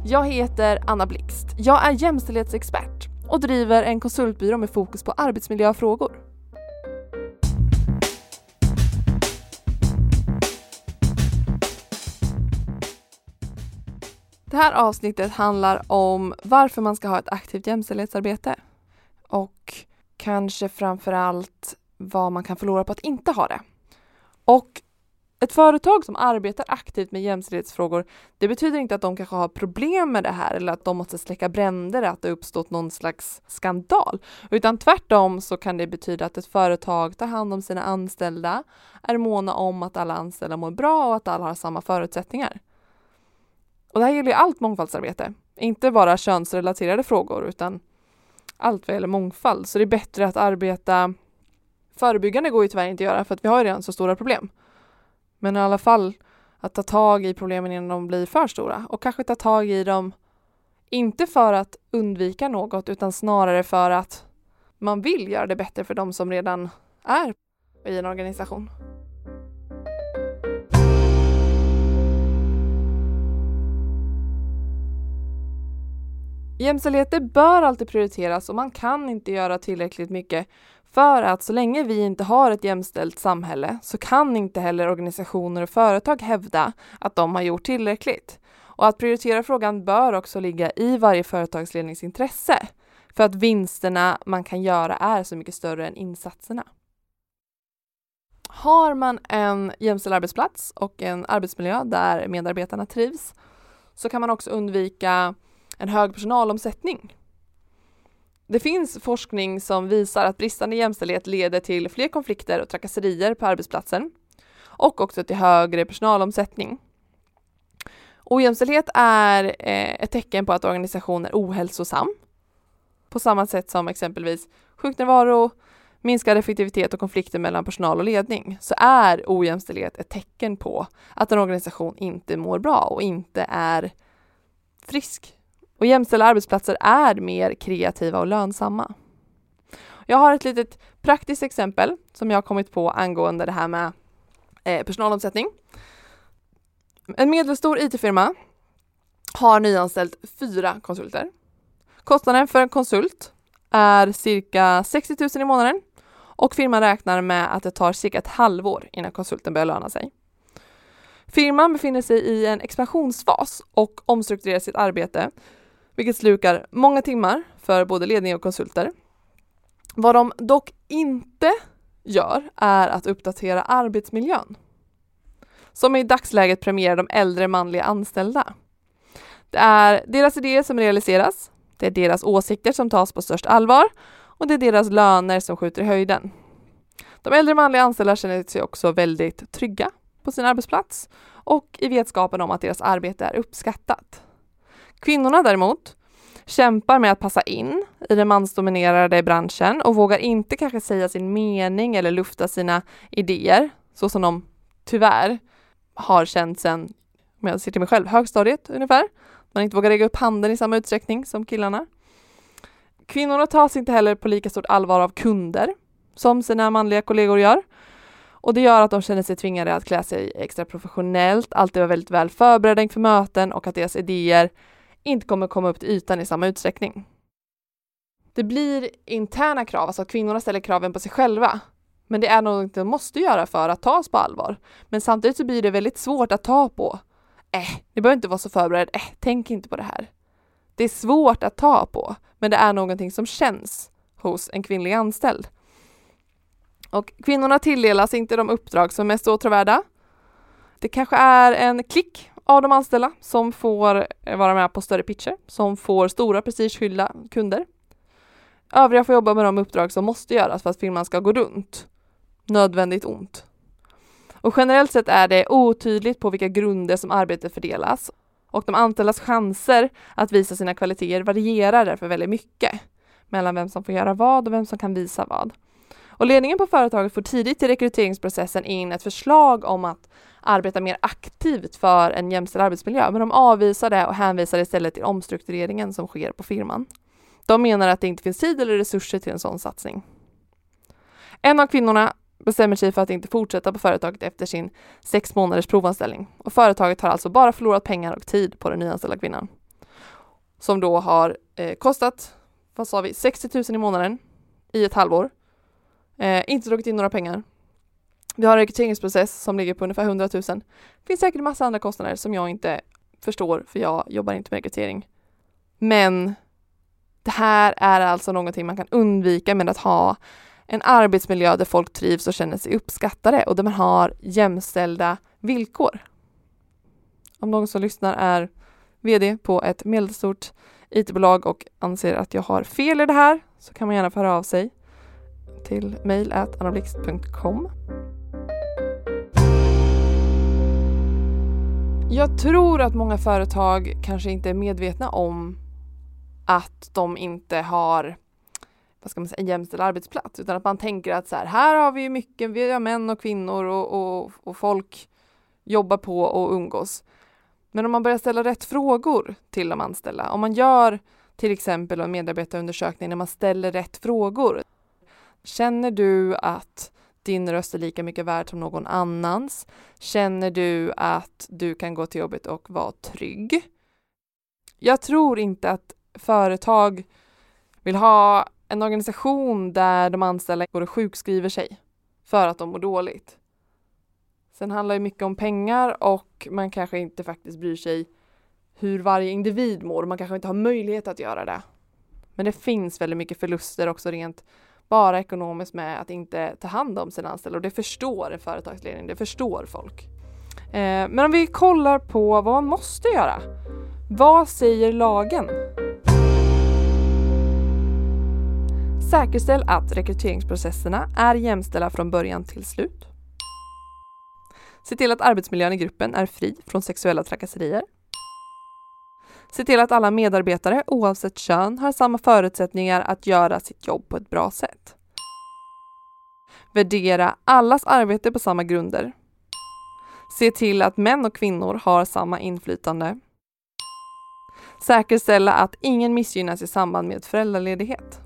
Jag heter Anna Blixt. Jag är jämställdhetsexpert och driver en konsultbyrå med fokus på arbetsmiljöfrågor. Det här avsnittet handlar om varför man ska ha ett aktivt jämställdhetsarbete och kanske framförallt vad man kan förlora på att inte ha det. Och ett företag som arbetar aktivt med jämställdhetsfrågor, det betyder inte att de kanske har problem med det här eller att de måste släcka bränder, att det uppstått någon slags skandal. Utan tvärtom så kan det betyda att ett företag tar hand om sina anställda, är måna om att alla anställda mår bra och att alla har samma förutsättningar. Och det här gäller ju allt mångfaldsarbete, inte bara könsrelaterade frågor utan allt vad gäller mångfald. Så det är bättre att arbeta förebyggande, går ju tyvärr inte att göra för att vi har redan så stora problem. Men i alla fall att ta tag i problemen innan de blir för stora. Och kanske ta tag i dem inte för att undvika något utan snarare för att man vill göra det bättre för de som redan är i en organisation. Jämställdhet bör alltid prioriteras och man kan inte göra tillräckligt mycket för att så länge vi inte har ett jämställt samhälle så kan inte heller organisationer och företag hävda att de har gjort tillräckligt. Och att prioritera frågan bör också ligga i varje företagsledningsintresse för att vinsterna man kan göra är så mycket större än insatserna. Har man en jämställd arbetsplats och en arbetsmiljö där medarbetarna trivs så kan man också undvika en hög personalomsättning. Det finns forskning som visar att bristande jämställdhet leder till fler konflikter och trakasserier på arbetsplatsen och också till högre personalomsättning. Ojämställdhet är ett tecken på att organisationen är ohälsosam. På samma sätt som exempelvis sjuknärvaro, minskad effektivitet och konflikter mellan personal och ledning så är ojämställdhet ett tecken på att en organisation inte mår bra och inte är frisk. Och jämställda arbetsplatser är mer kreativa och lönsamma. Jag har ett litet praktiskt exempel som jag har kommit på angående det här med personalomsättning. En medelstor IT-firma har nyanställt 4 konsulter. Kostnaden för en konsult är cirka 60 000 i månaden och firman räknar med att det tar cirka ett halvår innan konsulten börjar löna sig. Firman befinner sig i en expansionsfas och omstrukturerar sitt arbete, vilket slukar många timmar för både ledning och konsulter. Vad de dock inte gör är att uppdatera arbetsmiljön, som i dagsläget premierar de äldre manliga anställda. Det är deras idéer som realiseras, det är deras åsikter som tas på störst allvar och det är deras löner som skjuter i höjden. De äldre manliga anställda känner sig också väldigt trygga på sin arbetsplats och i vetskapen om att deras arbete är uppskattat. Kvinnorna däremot kämpar med att passa in i den mansdominerade branschen och vågar inte kanske säga sin mening eller lufta sina idéer så som de tyvärr har känt sedan, om jag ser till mig själv, högstadiet ungefär. Man inte vågar lägga upp handen i samma utsträckning som killarna. Kvinnorna tas inte heller på lika stort allvar av kunder som sina manliga kollegor gör. Och det gör att de känner sig tvingade att klä sig extra professionellt, alltid vara väldigt väl förberedda inför möten och att deras idéer inte kommer komma upp till ytan i samma utsträckning. Det blir interna krav, alltså att kvinnorna ställer kraven på sig själva. Men det är något de måste göra för att tas på allvar. Men samtidigt så blir det väldigt svårt att ta på. Ni behöver inte vara så förberedd. Tänk inte på det här. Det är svårt att ta på, men det är någonting som känns hos en kvinnlig anställd. Och kvinnorna tilldelas inte de uppdrag som är mest åtråvärda. Det kanske är en klick av de anställda som får vara med på större pitcher, som får stora prestigefyllda kunder. Övriga får jobba med de uppdrag som måste göras för att firman ska gå runt. Nödvändigt ont. Och generellt sett är det otydligt på vilka grunder som arbetet fördelas. Och de anställdas chanser att visa sina kvaliteter varierar därför väldigt mycket mellan vem som får göra vad och vem som kan visa vad. Och ledningen på företaget får tidigt i rekryteringsprocessen in ett förslag om att arbeta mer aktivt för en jämställd arbetsmiljö, men de avvisar det och hänvisar istället till omstruktureringen som sker på firman. De menar att det inte finns tid eller resurser till en sån satsning. En av kvinnorna bestämmer sig för att inte fortsätta på företaget efter sin 6 månaders provanställning. Och företaget har alltså bara förlorat pengar och tid på den nyanställda kvinnan. som då har kostat, 60 000 i månaden i ett halvår. Inte dragit in några pengar. Vi har en rekryteringsprocess som ligger på ungefär 100 000. Det finns säkert en massa andra kostnader som jag inte förstår, för jag jobbar inte med rekrytering. Men det här är alltså någonting man kan undvika med att ha en arbetsmiljö där folk trivs och känner sig uppskattade och där man har jämställda villkor. Om någon som lyssnar är vd på ett medelstort IT-bolag och anser att jag har fel i det här, så kan man gärna få höra av sig till mail@annablixt.com. Jag tror att många företag kanske inte är medvetna om att de inte har en jämställd arbetsplats, utan att man tänker att här har vi mycket, vi har män och kvinnor och folk jobbar på och umgås. Men om man börjar ställa rätt frågor till de anställda, om man gör till exempel en medarbetarundersökning när man ställer rätt frågor. Känner du att din röst är lika mycket värd som någon annans? Känner du att du kan gå till jobbet och vara trygg? Jag tror inte att företag vill ha en organisation där de anställda går och sjukskriver sig för att de mår dåligt. Sen handlar det mycket om pengar och man kanske inte faktiskt bryr sig hur varje individ mår. Man kanske inte har möjlighet att göra det. Men det finns väldigt mycket förluster också rent bara ekonomiskt med att inte ta hand om sina anställda. Och det förstår en företagsledning, det förstår folk. Men om vi kollar på vad man måste göra. Vad säger lagen? Säkerställ att rekryteringsprocesserna är jämställda från början till slut. Se till att arbetsmiljön i gruppen är fri från sexuella trakasserier. Se till att alla medarbetare, oavsett kön, har samma förutsättningar att göra sitt jobb på ett bra sätt. Värdera allas arbete på samma grunder. Se till att män och kvinnor har samma inflytande. Säkerställa att ingen missgynnas i samband med föräldraledighet.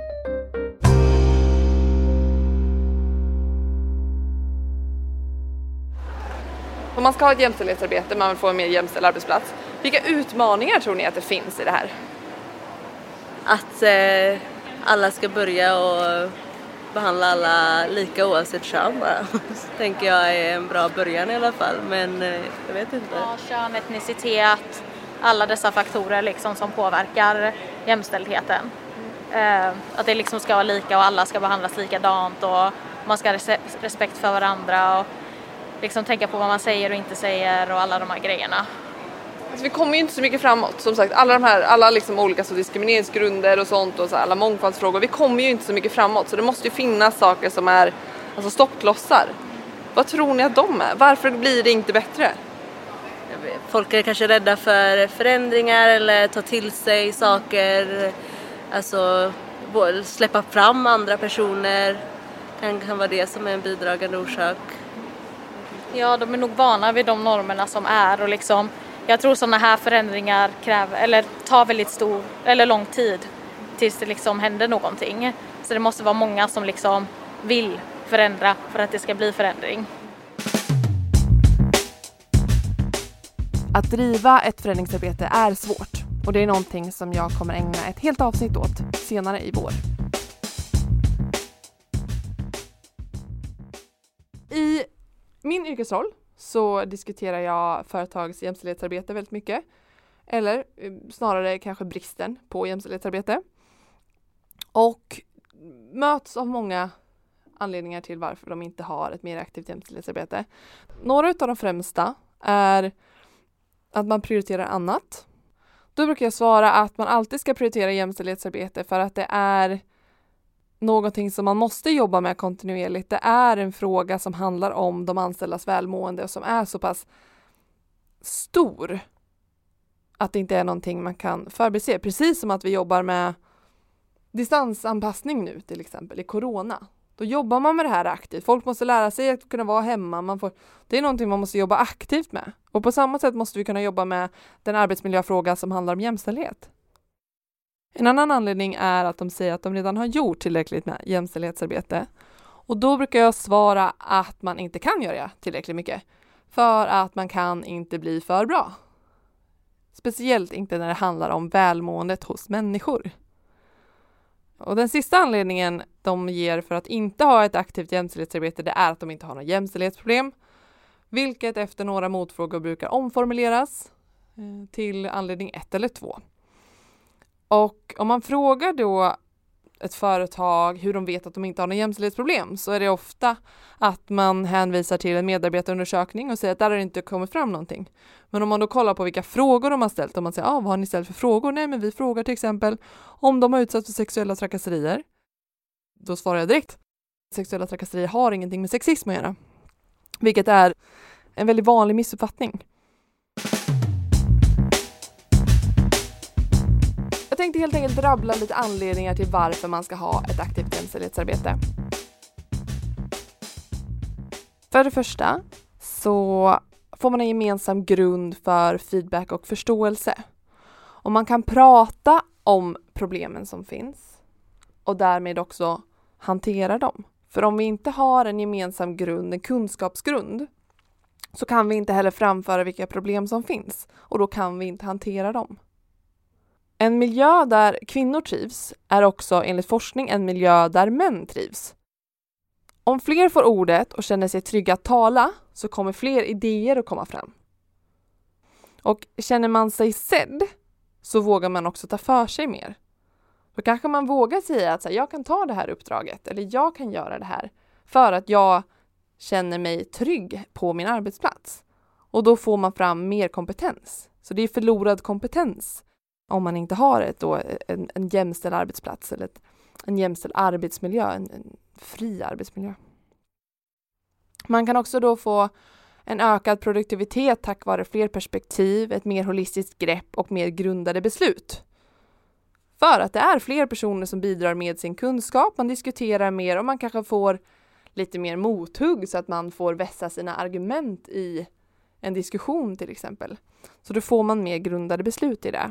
Om man ska ha ett jämställdhetsarbete, man vill få en mer jämställd arbetsplats. Vilka utmaningar tror ni att det finns i det här? Att alla ska börja och behandla alla lika oavsett kön bara. Tänker jag är en bra början i alla fall, men jag vet inte. Ja, kön, etnicitet, alla dessa faktorer liksom som påverkar jämställdheten. Att det liksom ska vara lika och alla ska behandlas likadant och man ska ha respekt för varandra och liksom tänka på vad man säger och inte säger och alla de här grejerna. Alltså vi kommer ju inte så mycket framåt. Som sagt, alla liksom olika så diskrimineringsgrunder och sånt och så alla mångfaldsfrågor. Vi kommer ju inte så mycket framåt. Så det måste ju finnas saker som är alltså stoppklossar. Vad tror ni att de är? Varför blir det inte bättre? Folk är kanske rädda för förändringar eller ta till sig saker. Alltså släppa fram andra personer. Kan vara det som är en bidragande orsak. Ja, de är nog vana vid de normerna som är och liksom jag tror sådana här förändringar tar väldigt lång tid tills det liksom händer någonting. Så det måste vara många som liksom vill förändra för att det ska bli förändring. Att driva ett förändringsarbete är svårt och det är någonting som jag kommer ägna ett helt avsnitt åt senare i vår. I min yrkesroll så diskuterar jag företags jämställdhetsarbete väldigt mycket. Eller snarare kanske bristen på jämställdhetsarbete. Och möts av många anledningar till varför de inte har ett mer aktivt jämställdhetsarbete. Några av de främsta är att man prioriterar annat. Då brukar jag svara att man alltid ska prioritera jämställdhetsarbete för att det är någonting som man måste jobba med kontinuerligt. Det är en fråga som handlar om de anställdas välmående och som är så pass stor att det inte är någonting man kan förbise. Precis som att vi jobbar med distansanpassning nu till exempel i corona. Då jobbar man med det här aktivt. Folk måste lära sig att kunna vara hemma. Det är någonting man måste jobba aktivt med. Och på samma sätt måste vi kunna jobba med den arbetsmiljöfråga som handlar om jämställdhet. En annan anledning är att de säger att de redan har gjort tillräckligt med jämställdhetsarbete. Och då brukar jag svara att man inte kan göra tillräckligt mycket. För att man kan inte bli för bra. Speciellt inte när det handlar om välmåendet hos människor. Och den sista anledningen de ger för att inte ha ett aktivt jämställdhetsarbete, det är att de inte har några jämställdhetsproblem. Vilket efter några motfrågor brukar omformuleras till anledning 1 eller 2. Och om man frågar då ett företag hur de vet att de inte har några jämställdhetsproblem, så är det ofta att man hänvisar till en medarbetarundersökning och säger att där har det inte kommit fram någonting. Men om man då kollar på vilka frågor de har ställt, och man säger vad har ni ställt för frågor? Nej, men vi frågar till exempel om de har utsatts för sexuella trakasserier. Då svarar jag direkt: sexuella trakasserier har ingenting med sexism att göra. Vilket är en väldigt vanlig missuppfattning. Jag tänkte helt enkelt rabbla lite anledningar till varför man ska ha ett aktivt jämställdhetsarbete. För det första så får man en gemensam grund för feedback och förståelse. Och man kan prata om problemen som finns och därmed också hantera dem. För om vi inte har en gemensam grund, en kunskapsgrund, så kan vi inte heller framföra vilka problem som finns och då kan vi inte hantera dem. En miljö där kvinnor trivs är också enligt forskning en miljö där män trivs. Om fler får ordet och känner sig trygga att tala så kommer fler idéer att komma fram. Och känner man sig sedd så vågar man också ta för sig mer. Då kanske man vågar säga att jag kan ta det här uppdraget eller jag kan göra det här för att jag känner mig trygg på min arbetsplats. Och då får man fram mer kompetens. Så det är förlorad kompetens om man inte har en jämställd arbetsplats eller en jämställd arbetsmiljö, en fri arbetsmiljö. Man kan också då få en ökad produktivitet tack vare fler perspektiv, ett mer holistiskt grepp och mer grundade beslut. För att det är fler personer som bidrar med sin kunskap, man diskuterar mer och man kanske får lite mer mothugg så att man får vässa sina argument i en diskussion till exempel. Så då får man mer grundade beslut i det.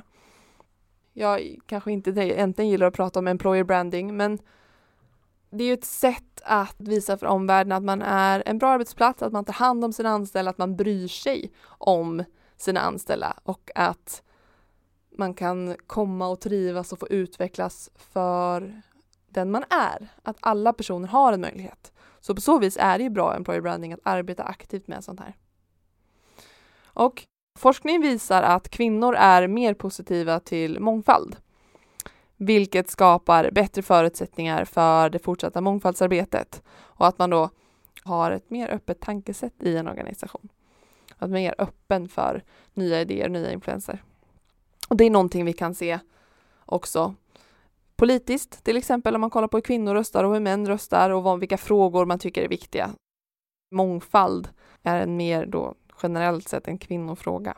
Jag kanske inte egentligen gillar att prata om employer branding, men det är ju ett sätt att visa för omvärlden att man är en bra arbetsplats, att man tar hand om sina anställda, att man bryr sig om sina anställda och att man kan komma och trivas och få utvecklas för den man är. Att alla personer har en möjlighet. Så på så vis är det ju bra employer branding att arbeta aktivt med sånt här. Och forskning visar att kvinnor är mer positiva till mångfald. Vilket skapar bättre förutsättningar för det fortsatta mångfaldsarbetet. Och att man då har ett mer öppet tankesätt i en organisation. Att man är mer öppen för nya idéer, nya influenser. Och det är någonting vi kan se också politiskt. Till exempel om man kollar på hur kvinnor röstar och hur män röstar och vilka frågor man tycker är viktiga. Mångfald är en mer då generellt sett en kvinnofråga.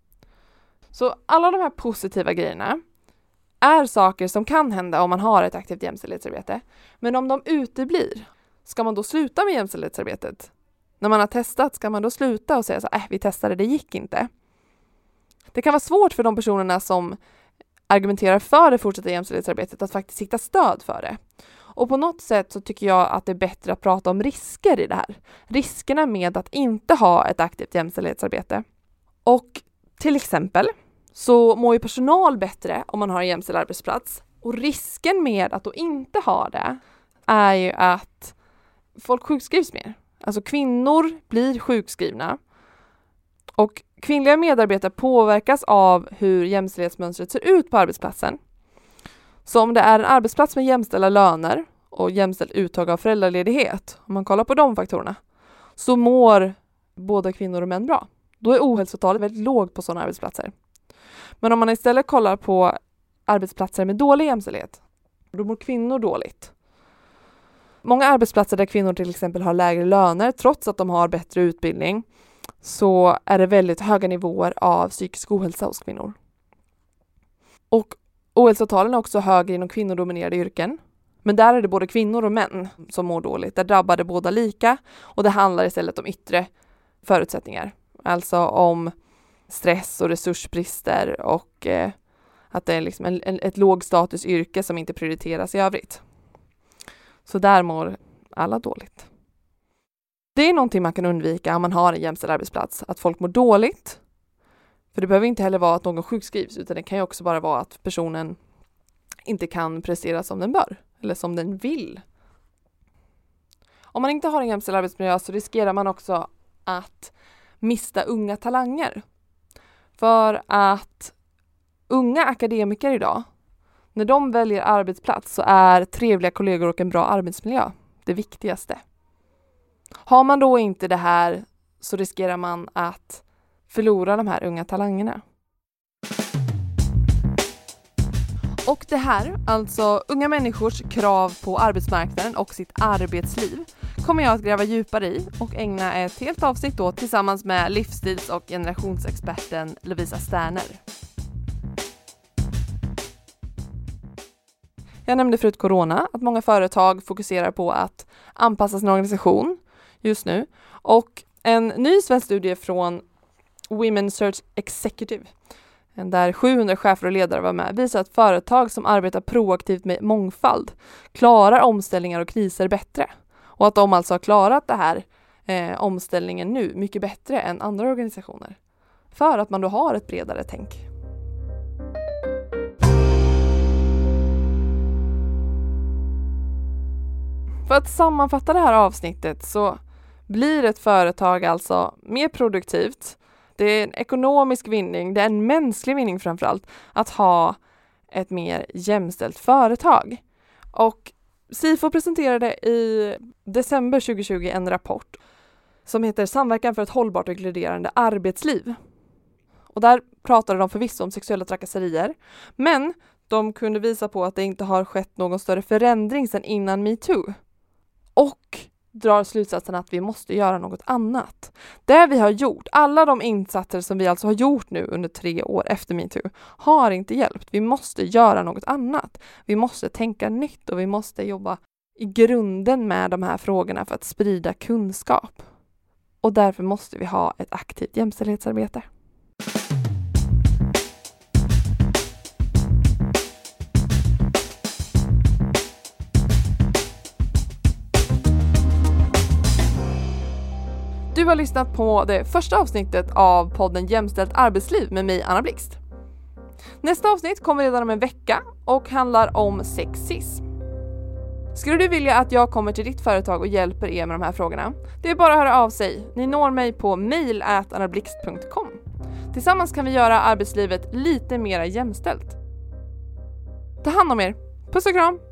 Så alla de här positiva grejerna är saker som kan hända om man har ett aktivt jämställdhetsarbete. Men om de uteblir, ska man då sluta med jämställdhetsarbetet? När man har testat, ska man då sluta och säga vi testade, det gick inte. Det kan vara svårt för de personerna som argumenterar för det fortsatta jämställdhetsarbetet att faktiskt hitta stöd för det. Och på något sätt så tycker jag att det är bättre att prata om risker i det här. Riskerna med att inte ha ett aktivt jämställdhetsarbete. Och till exempel så mår ju personal bättre om man har en jämställd arbetsplats. Och risken med att då inte ha det är ju att folk sjukskrivs mer. Alltså kvinnor blir sjukskrivna. Och kvinnliga medarbetare påverkas av hur jämställdhetsmönstret ser ut på arbetsplatsen. Så om det är en arbetsplats med jämställda löner och jämställt uttag av föräldraledighet, om man kollar på de faktorerna, så mår både kvinnor och män bra. Då är ohälsotalet väldigt lågt på sådana arbetsplatser. Men om man istället kollar på arbetsplatser med dålig jämställdhet, då mår kvinnor dåligt. Många arbetsplatser där kvinnor till exempel har lägre löner trots att de har bättre utbildning, så är det väldigt höga nivåer av psykisk ohälsa hos kvinnor. Och ohälsotalen är också högre inom kvinnodominerade yrken. Men där är det både kvinnor och män som mår dåligt. Där drabbar det båda lika och det handlar istället om yttre förutsättningar. Alltså om stress och resursbrister och att det är liksom ett lågstatusyrke som inte prioriteras i övrigt. Så där mår alla dåligt. Det är någonting man kan undvika om man har en jämställd arbetsplats. Att folk mår dåligt. För det behöver inte heller vara att någon sjukskrivs, utan det kan ju också bara vara att personen inte kan prestera som den bör eller som den vill. Om man inte har en jämställd arbetsmiljö så riskerar man också att mista unga talanger. För att unga akademiker idag, när de väljer arbetsplats så är trevliga kollegor och en bra arbetsmiljö det viktigaste. Har man då inte det här så riskerar man att förlora de här unga talangerna. Och det här, alltså unga människors krav på arbetsmarknaden och sitt arbetsliv, kommer jag att gräva djupare i och ägna ett helt avsnitt då tillsammans med livsstils- och generationsexperten Lovisa Sterner. Jag nämnde förut corona, att många företag fokuserar på att anpassa sin organisation just nu. Och en ny svensk studie från Women Search Executive, där 700 chefer och ledare var med, visar att företag som arbetar proaktivt med mångfald klarar omställningar och kriser bättre. Och att de alltså har klarat det här omställningen nu mycket bättre än andra organisationer. För att man då har ett bredare tänk. För att sammanfatta det här avsnittet så blir ett företag alltså mer produktivt. Det är en ekonomisk vinning, det är en mänsklig vinning framförallt, att ha ett mer jämställt företag. Och Sifo presenterade i december 2020 en rapport som heter Samverkan för ett hållbart och inkluderande arbetsliv. Och där pratade de förvisso om sexuella trakasserier, men de kunde visa på att det inte har skett någon större förändring sedan innan MeToo. Och drar slutsatsen att vi måste göra något annat. Det vi har gjort, alla de insatser som vi alltså har gjort nu under 3 år efter MeToo har inte hjälpt. Vi måste göra något annat. Vi måste tänka nytt och vi måste jobba i grunden med de här frågorna för att sprida kunskap. Och därför måste vi ha ett aktivt jämställdhetsarbete. Du har lyssnat på det första avsnittet av podden Jämställt arbetsliv med mig, Anna Blixt. Nästa avsnitt kommer redan om en vecka och handlar om sexism. Skulle du vilja att jag kommer till ditt företag och hjälper er med de här frågorna? Det är bara att höra av sig. Ni når mig på mail@annablixt.com. Tillsammans kan vi göra arbetslivet lite mer jämställt. Ta hand om er. Puss och kram!